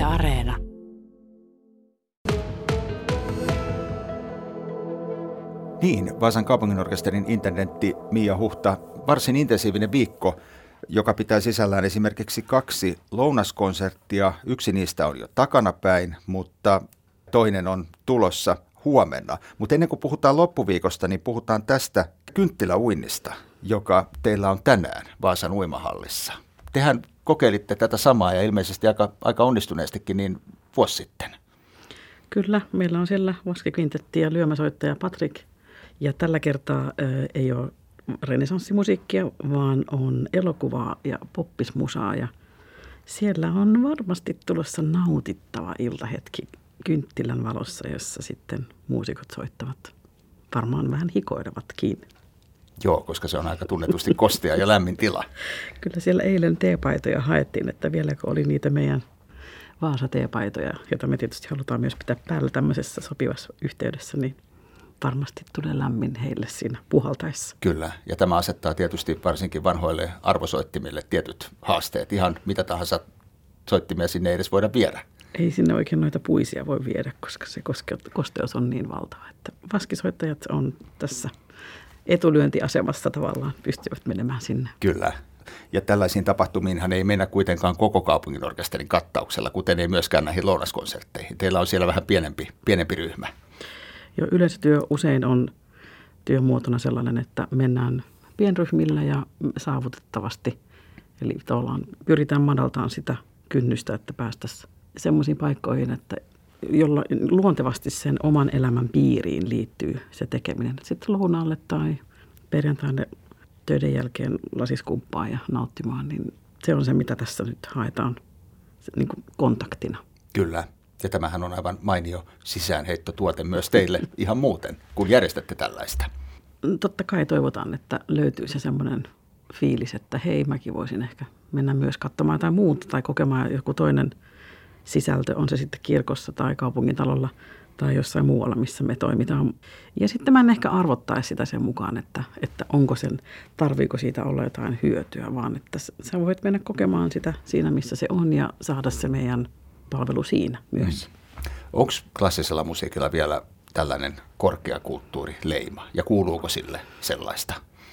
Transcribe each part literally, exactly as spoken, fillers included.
Areena. Niin, Vaasan kaupunginorkesterin intendentti Mia Huhta, varsin intensiivinen viikko, joka pitää sisällään esimerkiksi kaksi lounaskonserttia. Yksi niistä on jo takanapäin, mutta toinen on tulossa huomenna. Mutta ennen kuin puhutaan loppuviikosta, niin puhutaan tästä kynttiläuinnista, joka teillä on tänään Vaasan uimahallissa. Tehän kokeilitte tätä samaa ja ilmeisesti aika, aika onnistuneestikin niin vuosi sitten. Kyllä, meillä on siellä vaskikvintetti ja lyömäsoittaja Patrik. Ja tällä kertaa ä, ei ole renesanssimusiikkia, vaan on elokuvaa ja poppismusaa. Ja siellä on varmasti tulossa nautittava iltahetki kynttilän valossa, jossa sitten muusikot soittavat. Varmaan vähän hikoilevatkin. Joo, koska se on aika tunnetusti kostea ja lämmin tila. Kyllä siellä eilen teepaitoja haettiin, että vieläkö oli niitä meidän Vaasa-teepaitoja, joita me tietysti halutaan myös pitää päällä tämmöisessä sopivassa yhteydessä, niin varmasti tulee lämmin heille siinä puhaltaessa. Kyllä, ja tämä asettaa tietysti varsinkin vanhoille arvosoittimille tietyt haasteet. Ihan mitä tahansa soittimia sinne ei edes voida viedä. Ei sinne oikein noita puisia voi viedä, koska se kosteus on niin valtava, että vaskisoittajat on tässä etulyöntiasemassa tavallaan, pystyvät menemään sinne. Kyllä. Ja tällaisiin tapahtumiinhan ei mennä kuitenkaan koko kaupunginorkesterin kattauksella, kuten ei myöskään näihin lounaskonsertteihin. Teillä on siellä vähän pienempi, pienempi ryhmä. Joo, yleisötyö usein on työmuotona sellainen, että mennään pienryhmillä ja saavutettavasti. Eli tavallaan pyritään madaltamaan sitä kynnystä, että päästäisiin semmoisiin paikkoihin, että jolla luontevasti sen oman elämän piiriin liittyy se tekeminen. Sitten lounaalle tai perjantaille töiden jälkeen lasiskumppaa ja nauttimaan, niin se on se, mitä tässä nyt haetaan niin kuin kontaktina. Kyllä. Ja tämähän on aivan mainio sisäänheittotuote myös teille ihan muuten, kun järjestätte tällaista. Totta kai toivotaan, että löytyy se semmoinen fiilis, että hei, mäkin voisin ehkä mennä myös katsomaan jotain muuta tai kokemaan joku toinen sisältö, on se sitten kirkossa tai kaupungintalolla tai jossain muualla, missä me toimitaan. Ja sitten mä en ehkä arvottaisi sitä sen mukaan, että, että onko sen, tarviiko siitä olla jotain hyötyä, vaan että sä voit mennä kokemaan sitä siinä, missä se on ja saada se meidän palvelu siinä myös. Mm. Onko klassisella musiikilla vielä tällainen korkeakulttuurileima ja kuuluuko sille sellaista?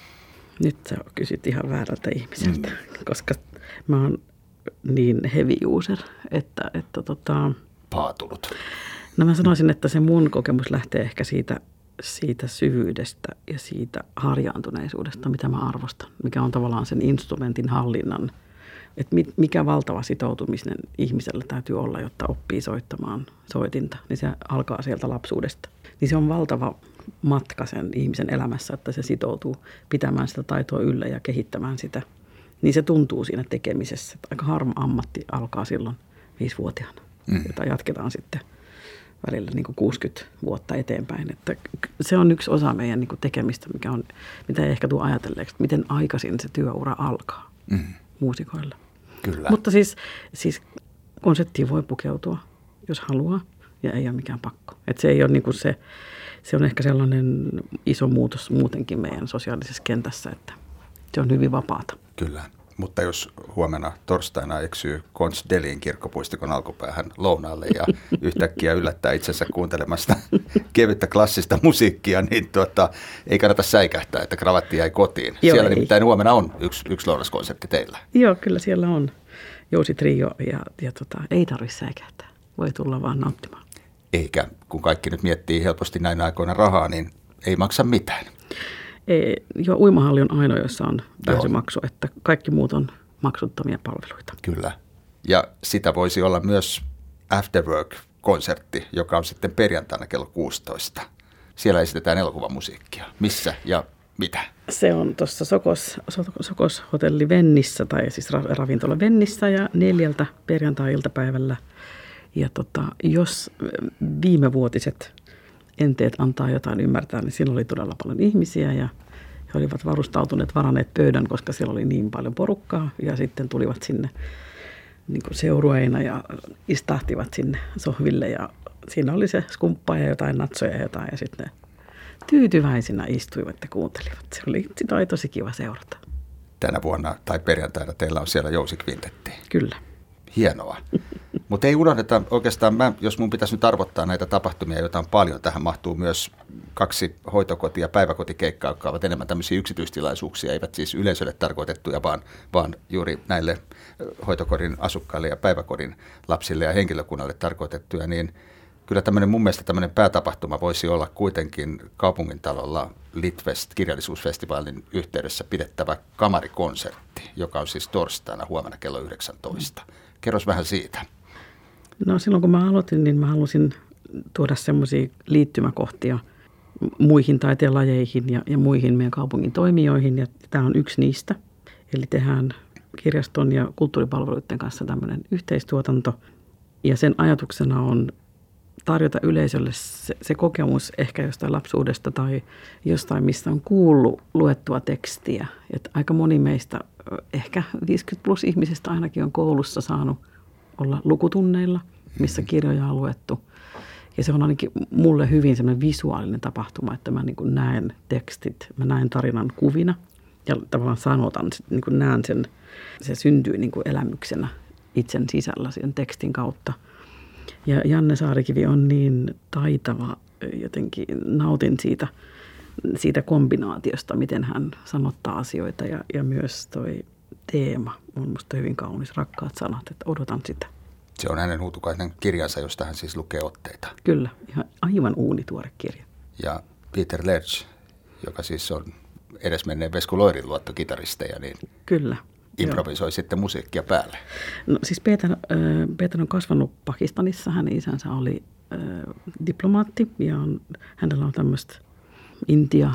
Nyt sä kysyt ihan väärältä ihmiseltä, mm. koska mä oon niin heavy user, että, että tota... Paatunut. No mä sanoisin, että se mun kokemus lähtee ehkä siitä, siitä syvyydestä ja siitä harjaantuneisuudesta, mitä mä arvostan, mikä on tavallaan sen instrumentin hallinnan. Että mikä valtava sitoutuminen ihmisellä täytyy olla, jotta oppii soittamaan soitinta, niin se alkaa sieltä lapsuudesta. Niin se on valtava matka sen ihmisen elämässä, että se sitoutuu pitämään sitä taitoa yllä ja kehittämään sitä. Niin se tuntuu siinä tekemisessä. Aika harma ammatti alkaa silloin viisivuotiaana, mm. jota jatketaan sitten välillä niin kuin kuusikymmentä vuotta eteenpäin. Että se on yksi osa meidän niin kuin tekemistä, mikä on, mitä ei ehkä tule ajatelleeksi, että miten aikaisin se työura alkaa mm. muusikoilla. Kyllä. Mutta siis, siis konseptiin voi pukeutua, jos haluaa, ja ei ole mikään pakko. Että se ei ole niin kuin se, se on ehkä sellainen iso muutos muutenkin meidän sosiaalisessa kentässä, että se on hyvin vapaata. Kyllä, mutta jos huomenna torstaina eksyy Kons Delin kirkkopuistikon alkupäähän lounaalle ja yhtäkkiä yllättää itsensä kuuntelemasta kevyttä klassista musiikkia, niin tuota, ei kannata säikähtää, että kravatti jäi kotiin. Joo, siellä ei. Nimittäin huomenna on yksi, yksi lounaskonsertti teillä. Joo, kyllä siellä on Jousi Trio ja, ja tota, ei tarvitse säikähtää. Voi tulla vaan nauttimaan. Eikä, kun kaikki nyt miettii helposti näin aikoina rahaa, niin ei maksa mitään. Ei, jo uimahalli on ainoa, jossa on pääsymaksu, että kaikki muut on maksuttomia palveluita. Kyllä. Ja sitä voisi olla myös Afterwork-konsertti, joka on sitten perjantaina kello kuusitoista. Siellä esitetään elokuvamusiikkia. Missä ja mitä? Se on tuossa Sokos, Sokos hotelli Vennissä, tai siis ravintola Vennissä, ja neljältä perjantai-iltapäivällä. Ja tota, jos viimevuotiset enteet antaa jotain ymmärtää, niin siinä oli todella paljon ihmisiä ja he olivat varustautuneet, varanneet pöydän, koska siellä oli niin paljon porukkaa ja sitten tulivat sinne niin kuin seurueina ja istahtivat sinne sohville ja siinä oli se skumppa ja jotain natsoja ja jotain ja sitten tyytyväisinä istuivat ja kuuntelivat. Se oli, sitä oli tosi kiva seurata. Tänä vuonna tai perjantaina teillä on siellä Jousi Kvintetti. Kyllä. Hienoa. Mutta ei unohdeta oikeastaan, mä, jos mun pitäisi nyt arvottaa näitä tapahtumia, joita on paljon, tähän mahtuu myös kaksi hoitokoti- ja päiväkotikeikkaa, jotka ovat enemmän tämmöisiä yksityistilaisuuksia, eivät siis yleisölle tarkoitettuja, vaan, vaan juuri näille hoitokodin asukkaille ja päiväkodin lapsille ja henkilökunnalle tarkoitettuja, niin kyllä tämmöinen mun mielestä tämmöinen päätapahtuma voisi olla kuitenkin kaupungintalolla Litfest kirjallisuusfestivaalin yhteydessä pidettävä kamarikonsertti, joka on siis torstaina huomenna kello yhdeksäntoista. Kerros vähän siitä. No silloin kun mä aloitin, niin mä halusin tuoda semmoisia liittymäkohtia muihin taiteenlajeihin ja, ja muihin meidän kaupungin toimijoihin, ja tämä on yksi niistä. Eli tehdään kirjaston ja kulttuuripalveluiden kanssa tämmöinen yhteistuotanto, ja sen ajatuksena on tarjota yleisölle se, se kokemus ehkä jostain lapsuudesta tai jostain, mistä on kuullut luettua tekstiä. Et aika moni meistä, ehkä viisikymmentä plus ihmisistä ainakin on koulussa saanut olla lukutunneilla, missä kirjoja on luettu. Ja se on ainakin mulle hyvin semmoinen visuaalinen tapahtuma, että mä niin kuin näen tekstit, mä näen tarinan kuvina ja tavallaan sanotan, niin kuin näen sen, se syntyy niin kuin elämyksenä itsen sisällä sen tekstin kautta. Ja Janne Saarikivi on niin taitava, jotenkin nautin siitä, siitä kombinaatiosta, miten hän sanottaa asioita. Ja, ja myös toi teema on musta hyvin kaunis, rakkaat sanat, että odotan sitä. Se on hänen huutukainen kirjansa, josta hän siis lukee otteita. Kyllä, ihan aivan uunituore kirja. Ja Peter Lerch, joka siis on edesmenneen Vesku Loirin luottokitaristeja, niin kyllä. Improvisoi Joo. sitten musiikkia päälle. No siis Peter, äh, Peter on kasvanut Pakistanissa. Hänen isänsä oli äh, diplomaatti ja on, hänellä on tämmöistä Intia,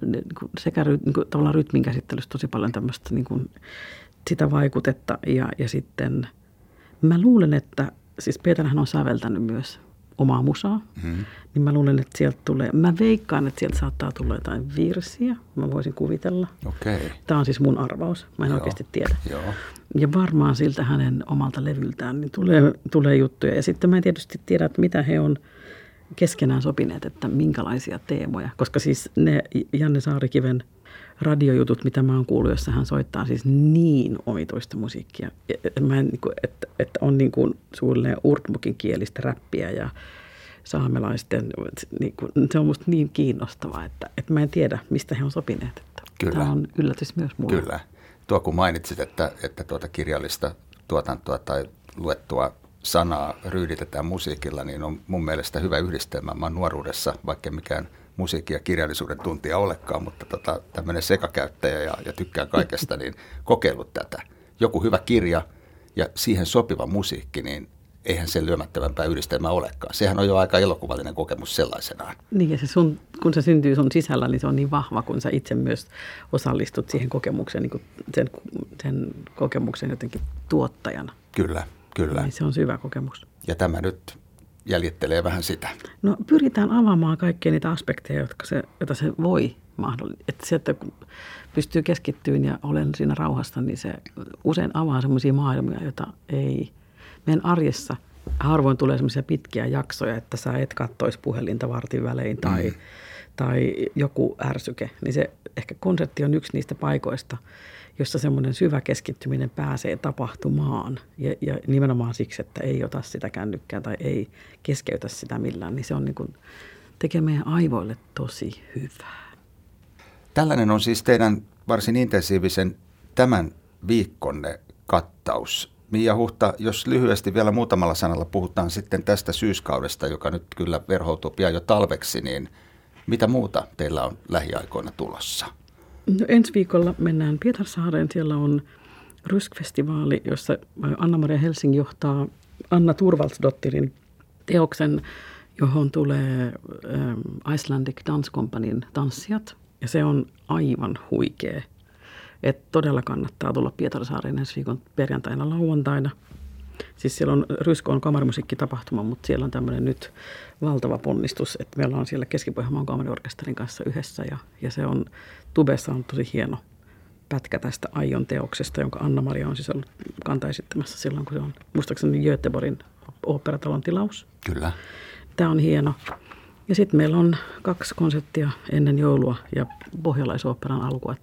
sekä niin kuin, tavallaan rytmin käsittelyssä tosi paljon tämmöistä niin kuin, sitä vaikutetta. Ja, ja sitten mä luulen, että siis Peterhän on säveltänyt myös omaa musaa, mm-hmm. niin mä luulen, että sieltä tulee, mä veikkaan, että sieltä saattaa tulla jotain virsiä, mä voisin kuvitella. Okay. Tämä on siis mun arvaus, mä en Joo. oikeasti tiedä. Joo. Ja varmaan siltä hänen omalta levyltään niin tulee, tulee juttuja. Ja sitten mä en tietysti tiedä, että mitä he on keskenään sopineet, että minkälaisia teemoja. Koska siis ne Janne Saarikiven radiojutut, mitä mä oon kuullut, jossa hän soittaa siis niin omituista musiikkia. Mä en, että, että on niin kuin suunnilleen urtmukin kielistä räppiä ja saamelaisten, niin kuin, se on musta niin kiinnostavaa, että, että mä en tiedä, mistä he on sopineet. Että Kyllä. Tämä on yllätys myös mulle. Kyllä. Tuo kun mainitsit, että, että tuota kirjallista tuotantoa tai luettua sanaa ryyditetään musiikilla, niin on mun mielestä hyvä yhdistelmä. Mä oon nuoruudessa, vaikka mikään musiikin ja kirjallisuuden tuntija olekaan, mutta tota, tämmöinen sekakäyttäjä ja, ja tykkään kaikesta, niin kokeillut tätä. Joku hyvä kirja ja siihen sopiva musiikki, niin eihän sen lyömättömämpää yhdistelmää olekaan. Sehän on jo aika elokuvallinen kokemus sellaisenaan. Niin ja se sun, kun se syntyy sun sisällä, niin se on niin vahva, kun sä itse myös osallistut siihen kokemukseen, niin kuin sen, sen kokemuksen jotenkin tuottajana. Kyllä, kyllä. Niin se on syvä kokemus. Ja tämä nyt jäljittelee vähän sitä. No pyritään avaamaan kaikkia niitä aspekteja, jotka se, joita se voi mahdollisesti. Että se, että kun pystyy keskittymään ja olen siinä rauhassa, niin se usein avaa semmoisia maailmoja, joita ei meidän arjessa harvoin tulee semmoisia pitkiä jaksoja, että sä et kattoisi puhelinta vartin välein tai, mm. tai joku ärsyke. Niin se ehkä konsertti on yksi niistä paikoista, jossa semmoinen syvä keskittyminen pääsee tapahtumaan. Ja, ja nimenomaan siksi, että ei ota sitä kännykkää tai ei keskeytä sitä millään, niin se on niin kuin, tekee meidän aivoille tosi hyvää. Tällainen on siis teidän varsin intensiivisen tämän viikkonne kattaus. Miia Huhta, jos lyhyesti vielä muutamalla sanalla puhutaan sitten tästä syyskaudesta, joka nyt kyllä verhoutuu pian jo talveksi, niin mitä muuta teillä on lähiaikoina tulossa? No, ensi viikolla mennään Pietarsaareen. Siellä on Rysk-festivaali, jossa Anna-Maria Helsing johtaa Anna Turvaldsdottirin teoksen, johon tulee ähm, Icelandic Dance Companyn tanssijat. Ja se on aivan huikea. Että todella kannattaa tulla Pietarsaareen ensi viikon perjantaina lauantaina. Siis siellä on, Rysk on kamarimusiikkitapahtuma, mutta siellä on tämmöinen nyt valtava ponnistus, että meillä on siellä Keski-Pohjanmaan kamariorkesterin kanssa yhdessä ja, ja se on, tubessa on tosi hieno pätkä tästä Aion teoksesta, jonka Anna-Maria on siis ollut kantaesittämässä silloin, kun se on muistaakseni Göteborgin oopperatalon tilaus. Kyllä. Tämä on hieno. Ja sitten meillä on kaksi konserttia ennen joulua ja pohjalaisoopperan alkua.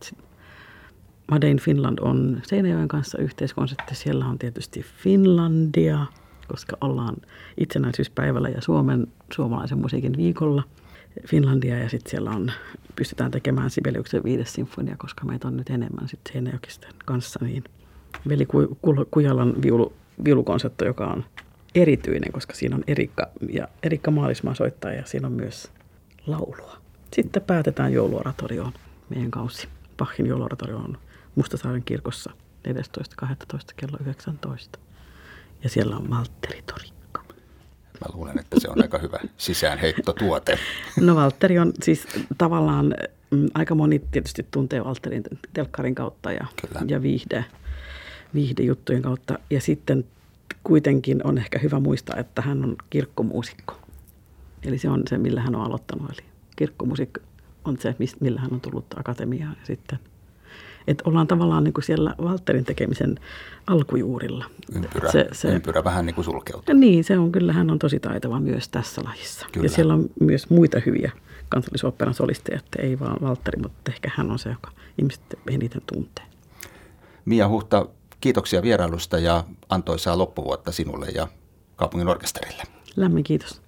Made in Finland on Seinäjoen kanssa yhteiskonsertti. Siellä on tietysti Finlandia, koska ollaan itsenäisyyspäivällä ja Suomen suomalaisen musiikin viikolla Finlandia ja sitten siellä on, pystytään tekemään Sibeliuksen viides sinfonia, koska meitä on nyt enemmän sitten Seinäjokisten kanssa, niin Veli Kujalan viulu, viulukonsertto, joka on erityinen, koska siinä on Erikka ja Erikka Maalismaa soittaa ja siinä on myös laulua. Sitten päätetään jouluoratorioon meidän kausi. Bachin jouluoratorio on Mustasaaren kirkossa neljästoista kahdestoista kello yhdeksäntoista. Ja siellä on Valtteri Torikka. Mä luulen, että se on aika hyvä sisäänheittotuote. No Valtteri on siis tavallaan, mm, aika moni tietysti tuntee Valtterin telkkarin kautta ja, ja viihde, viihdejuttujen kautta. Ja sitten kuitenkin on ehkä hyvä muistaa, että hän on kirkkomuusikko. Eli se on se, millä hän on aloittanut. Eli kirkkomusiikka on se, millä hän on tullut akatemiaan. Ja sitten, että ollaan tavallaan niin kuin siellä Valtterin tekemisen alkujuurilla. Ympyrä, se, se, ympyrä vähän niin kuin sulkeutuu. Niin, se on kyllä. Hän on tosi taitava myös tässä lajissa. Kyllä. Ja siellä on myös muita hyviä kansallisoopperan solisteja, että ei vaan Valtteri, mutta ehkä hän on se, joka ihmiset eniten tuntee. Mia Huhta, kiitoksia vierailusta ja antoisaa loppuvuotta sinulle ja kaupungin orkesterille. Lämmin kiitos.